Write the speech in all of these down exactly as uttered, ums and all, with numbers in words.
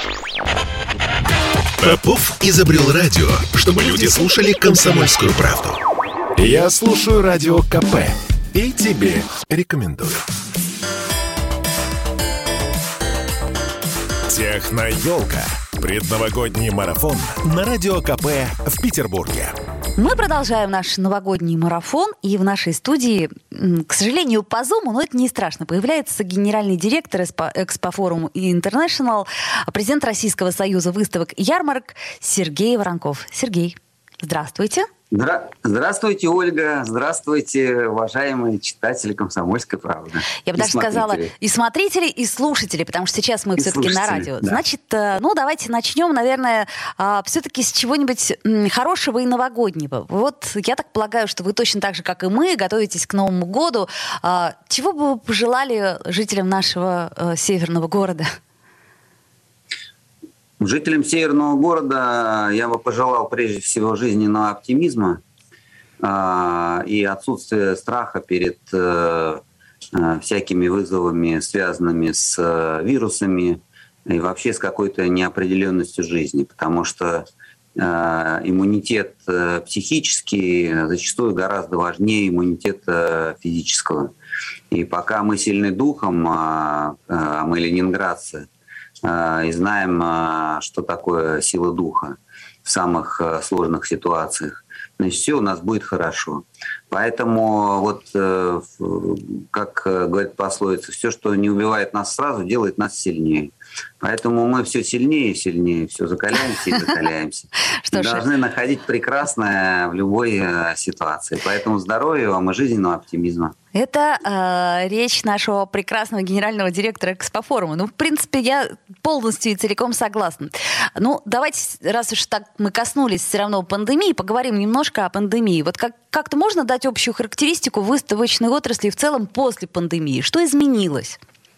Попов изобрел радио, чтобы люди слушали «Комсомольскую правду». Я слушаю Радио КП и тебе рекомендую. Техноелка. Предновогодний марафон на Радио КП в Петербурге. Мы продолжаем наш новогодний марафон, и в нашей студии, к сожалению, по Зуму, но это не страшно, появляется генеральный директор Экспофорум Интернешнл, президент Российского союза выставок и ярмарок Сергей Воронков. Сергей, здравствуйте. Здра- Здравствуйте, Ольга. Здравствуйте, уважаемые читатели «Комсомольской правды». Я бы даже сказала, и смотрители, и слушатели, потому что сейчас мы И все-таки на слушатели, радио. да. Значит, ну давайте начнем, наверное, все-таки с чего-нибудь хорошего и новогоднего. Вот я так полагаю, что вы точно так же, как и мы, готовитесь к Новому году. Чего бы вы пожелали жителям нашего северного города? Жителям северного города я бы пожелал прежде всего жизненного оптимизма э, и отсутствия страха перед э, э, всякими вызовами, связанными с э, вирусами и вообще с какой-то неопределенностью жизни, потому что э, иммунитет э, психический зачастую гораздо важнее иммунитета физического. И пока мы сильны духом, а, а мы ленинградцы, и знаем, что такое сила духа в самых сложных ситуациях, значит, все у нас будет хорошо. Поэтому, вот, как говорит пословица, все, что не убивает нас сразу, делает нас сильнее. Поэтому мы все сильнее и сильнее, все закаляемся и закаляемся. Мы должны находить прекрасное в любой ситуации. Поэтому здоровья вам и жизненного оптимизма. Это э, речь нашего прекрасного генерального директора Экспофорума. Ну, в принципе, я полностью и целиком согласна. Ну, давайте, раз уж так мы коснулись все равно пандемии, поговорим немножко о пандемии. Вот как, как-то можно дать общую характеристику выставочной отрасли в целом после пандемии? Что изменилось?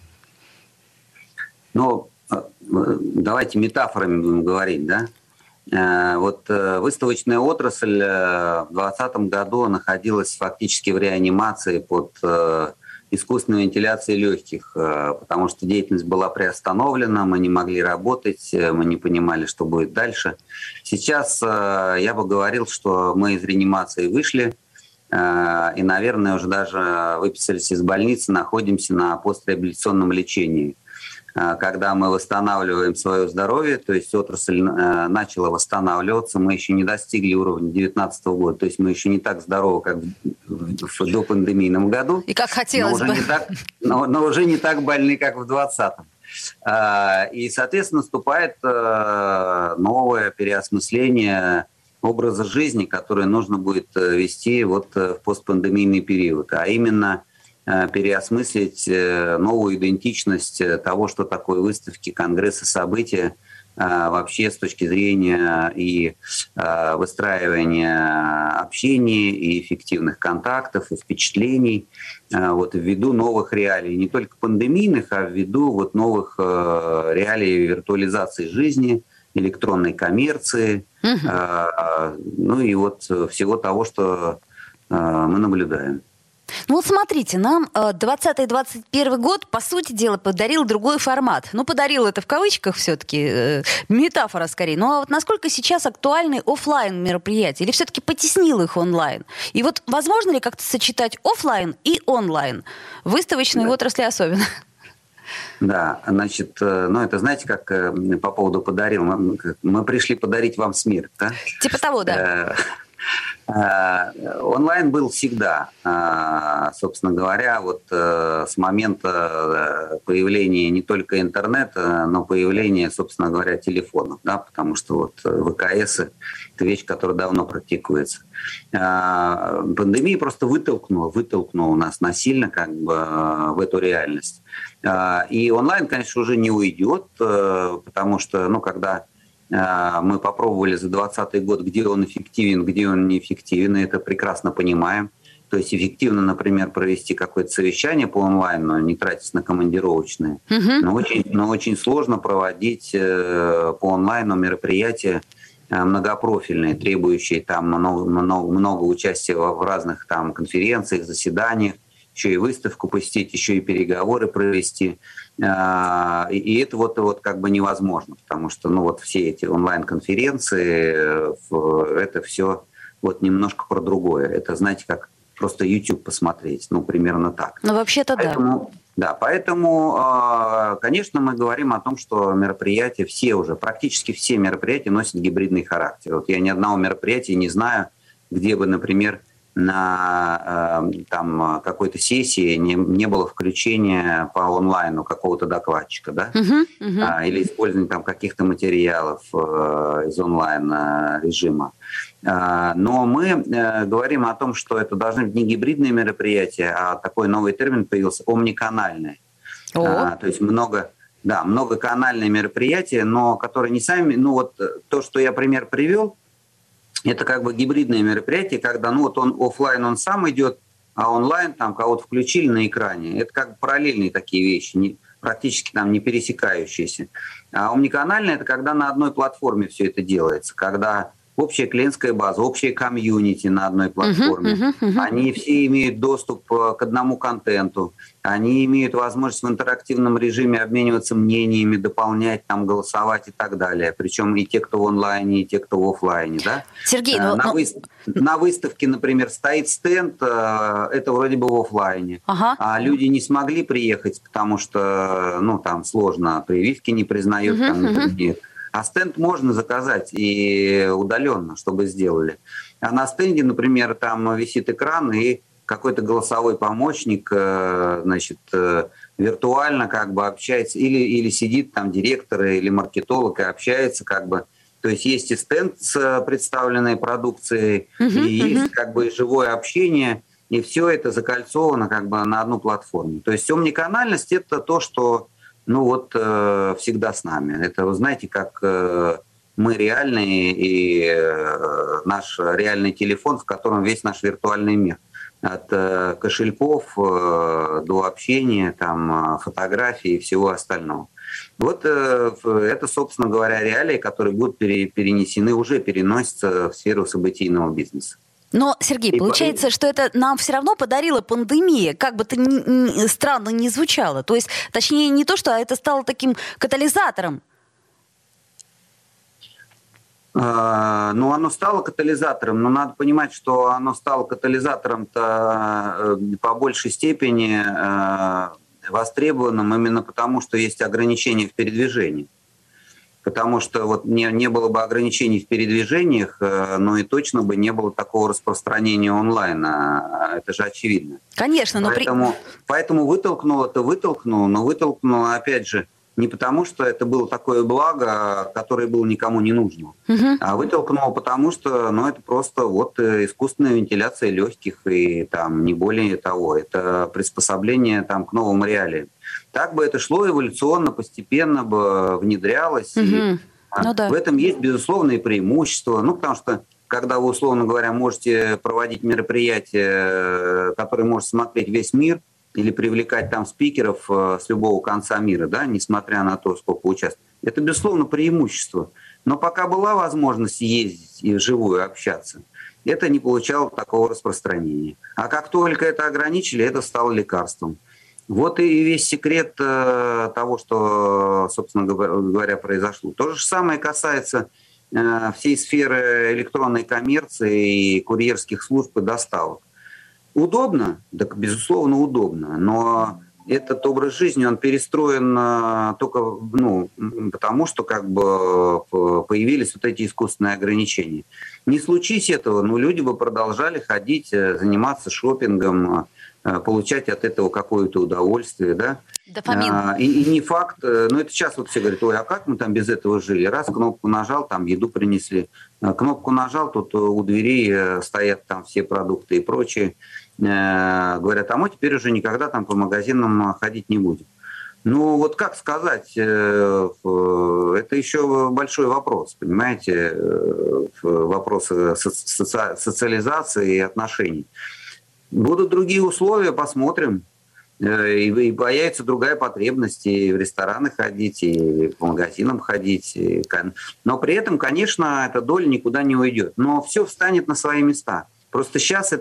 Ну, давайте метафорами будем говорить, да? Вот выставочная отрасль в двадцатом году находилась фактически в реанимации под искусственной вентиляцией легких, потому что деятельность была приостановлена, мы не могли работать, мы не понимали, что будет дальше. Сейчас я бы говорил, что мы из реанимации вышли и, наверное, уже даже выписались из больницы, находимся на постреабилитационном лечении. Когда мы восстанавливаем свое здоровье, то есть отрасль э, начала восстанавливаться, мы еще не достигли уровня две тысячи девятнадцатого года, то есть мы еще не так здоровы, как в, в, в допандемийном году. И как хотелось но бы. Уже не так, но, но уже не так больны, как в двадцатом. Э, и, соответственно, наступает э, новое переосмысление образа жизни, которое нужно будет вести вот в постпандемийный период, а именно переосмыслить новую идентичность того, что такое выставки, конгрессы, события, вообще с точки зрения и выстраивания общения, и эффективных контактов, и впечатлений, вот, ввиду новых реалий, не только пандемийных, а ввиду вот новых реалий виртуализации жизни, электронной коммерции, угу. ну и вот всего того, что мы наблюдаем. Ну вот смотрите, нам двадцатый двадцать первый год, по сути дела, подарил другой формат. Ну, подарил это в кавычках все-таки, э, метафора скорее. Ну, а вот насколько сейчас актуальны офлайн мероприятия? Или все-таки потеснил их онлайн? И вот возможно ли как-то сочетать офлайн и онлайн? В выставочной да. отрасли особенно. Да, значит, ну это знаете, как по поводу подарил. Мы, мы пришли подарить вам смерть, да? Типа того, да. Онлайн был всегда, собственно говоря, вот с момента появления не только интернета, но появления, собственно говоря, телефонов, да, потому что вот ВКС – это вещь, которая давно практикуется. Пандемия просто вытолкнула, вытолкнула нас насильно как бы в эту реальность. И онлайн, конечно, уже не уйдет, потому что, ну, когда мы попробовали за двадцатый год, где он эффективен, где он неэффективен, и это прекрасно понимаем. То есть эффективно, например, провести какое-то совещание по онлайну, не тратясь на командировочные. Uh-huh. Но, очень, но очень сложно проводить по онлайну мероприятия многопрофильные, требующие там много, много, много участия в разных там конференциях, заседаниях, еще и выставку посетить, еще и переговоры провести. И это вот, вот как бы невозможно, потому что ну, вот все эти онлайн-конференции, это все вот немножко про другое. Это, знаете, как просто YouTube посмотреть, ну, примерно так. Ну, вообще-то поэтому, да. Да, поэтому, конечно, мы говорим о том, что мероприятия, все уже, практически все мероприятия носят гибридный характер. Вот я ни одного мероприятия не знаю, где бы, например, на там, какой-то сессии не, не было включения по онлайну какого-то докладчика, да? Uh-huh, uh-huh. А, или использования там каких-то материалов а, из онлайн-режима. А, но мы а, говорим о том, что это должны быть не гибридные мероприятия, а такой новый термин появился – омниканальные. Oh. А, то есть много, да, многоканальные мероприятия, но которые не сами… Ну вот то, что я пример привел, это как бы гибридное мероприятие, когда ну вот он офлайн он сам идет, а онлайн там кого-то включили на экране. Это как бы параллельные такие вещи, не, практически там не пересекающиеся. А омниканальное – это когда на одной платформе все это делается, когда общая клиентская база, общая комьюнити на одной платформе. Uh-huh, uh-huh, uh-huh. Они все имеют доступ к одному контенту, они имеют возможность в интерактивном режиме обмениваться мнениями, дополнять, там, голосовать и так далее. Причем и те, кто в онлайне, и те, кто в офлайне. Да? Сергей, на, ну, вы... на выставке, например, стоит стенд, это вроде бы в офлайне. Ага. А люди не смогли приехать, потому что ну, там сложно, прививки не признают, uh-huh, там, uh-huh. нет. А стенд можно заказать и удаленно, чтобы сделали. А на стенде, например, там висит экран, и какой-то голосовой помощник, значит, виртуально как бы общается, или, или сидит там директор или маркетолог и общается как бы. То есть есть и стенд с представленной продукцией, uh-huh, и uh-huh. есть как бы живое общение, и все это закольцовано как бы на одну платформу. То есть омниканальность – это то, что ну вот э, всегда с нами. Это, вы знаете, как э, мы реальные, и э, наш реальный телефон, в котором весь наш виртуальный мир. От э, кошельков э, до общения, там, фотографий и всего остального. Вот э, это, собственно говоря, реалии, которые будут пере, перенесены, уже переносятся в сферу событийного бизнеса. Но, Сергей, и получается, по... что это нам все равно подарила пандемия, как бы это ни, ни, странно ни звучало. То есть, точнее, не то, что а это стало таким катализатором. А, ну, оно стало катализатором, но надо понимать, что оно стало катализатором-то по большей степени востребованным именно потому, что есть ограничения в передвижении. Потому что вот не, не было бы ограничений в передвижениях, но и точно бы не было такого распространения онлайна. Это же очевидно. Конечно, но поэтому, при... поэтому вытолкнуло это вытолкнуло, но вытолкнуло, опять же, не потому, что это было такое благо, которое было никому не нужно, угу. а вытолкнуло потому, что ну, это просто вот искусственная вентиляция легких и там не более того. Это приспособление там, к новым реалиям. Так бы это шло эволюционно, постепенно бы внедрялось. Угу. И, ну, да. В этом есть безусловные преимущества. Ну, потому что, когда вы, условно говоря, можете проводить мероприятия, которые может смотреть весь мир, или привлекать там спикеров с любого конца мира, да, несмотря на то, сколько участвует, это, безусловно, преимущество. Но пока была возможность ездить и вживую общаться, это не получало такого распространения. А как только это ограничили, это стало лекарством. Вот и весь секрет э, того, что, собственно говоря, произошло. То же самое касается э, всей сферы электронной коммерции и курьерских служб и доставок. Удобно? Так, безусловно, удобно. Но этот образ жизни, он перестроен э, только ну, потому, что как бы появились вот эти искусственные ограничения. Не случись этого, ну, люди бы продолжали ходить, заниматься шопингом, получать от этого какое-то удовольствие, да? Дофамин. А, и, и не факт, ну это сейчас вот все говорят, ой, а как мы там без этого жили? Раз кнопку нажал, там еду принесли. Кнопку нажал, тут у дверей стоят там все продукты и прочее. Говорят, а мы теперь уже никогда там по магазинам ходить не будем. Ну вот как сказать, это еще большой вопрос, понимаете? Вопрос соци- социализации и отношений. Будут другие условия, посмотрим. И появится другая потребность и в рестораны ходить, и по магазинам ходить. Но при этом, конечно, эта доля никуда не уйдет. Но все встанет на свои места. Просто сейчас это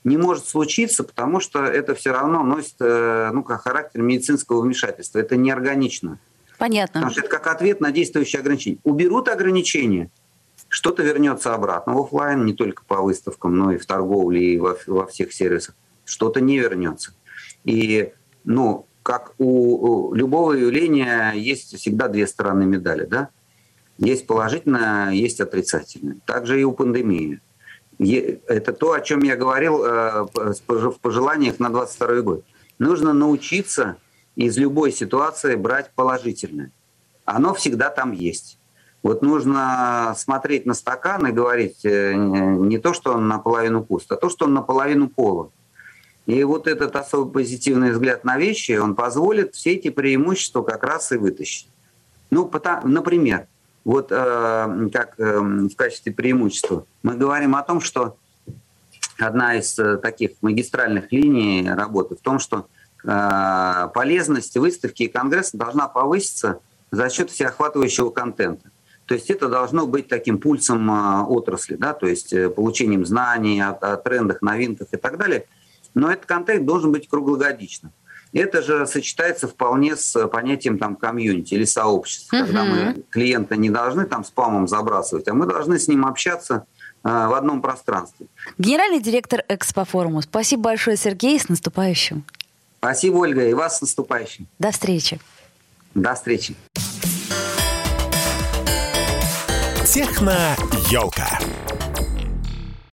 не может случиться, потому что это все равно носит ну, как характер медицинского вмешательства. Это неорганично. Понятно. Потому что это как ответ на действующие ограничения. Уберут ограничения, что-то вернется обратно в офлайн, не только по выставкам, но и в торговле, и во, во всех сервисах. Что-то не вернется. И, ну, как у, у любого явления есть всегда две стороны медали, да? Есть положительное, есть отрицательное. Также и у пандемии. Это то, о чем я говорил в пожеланиях на двадцать второй год. Нужно научиться из любой ситуации брать положительное. Оно всегда там есть. Вот нужно смотреть на стакан и говорить не то, что он наполовину пуст, а то, что он наполовину полон. И вот этот особо позитивный взгляд на вещи, он позволит все эти преимущества как раз и вытащить. Ну, потому, например, вот э, как э, в качестве преимущества мы говорим о том, что одна из э, таких магистральных линий работы в том, что э, полезность выставки и конгресса должна повыситься за счет всеохватывающего контента. То есть это должно быть таким пульсом э, отрасли, да, то есть э, получением знаний о, о трендах, новинках и так далее. Но этот контент должен быть круглогодичным. Это же сочетается вполне с понятием там комьюнити или сообщества, uh-huh. когда мы клиента не должны там спамом забрасывать, а мы должны с ним общаться э, в одном пространстве. Генеральный директор Экспофорума. Спасибо большое, Сергей, с наступающим. Спасибо, Ольга, и вас с наступающим. До встречи. До встречи. Техно-елка.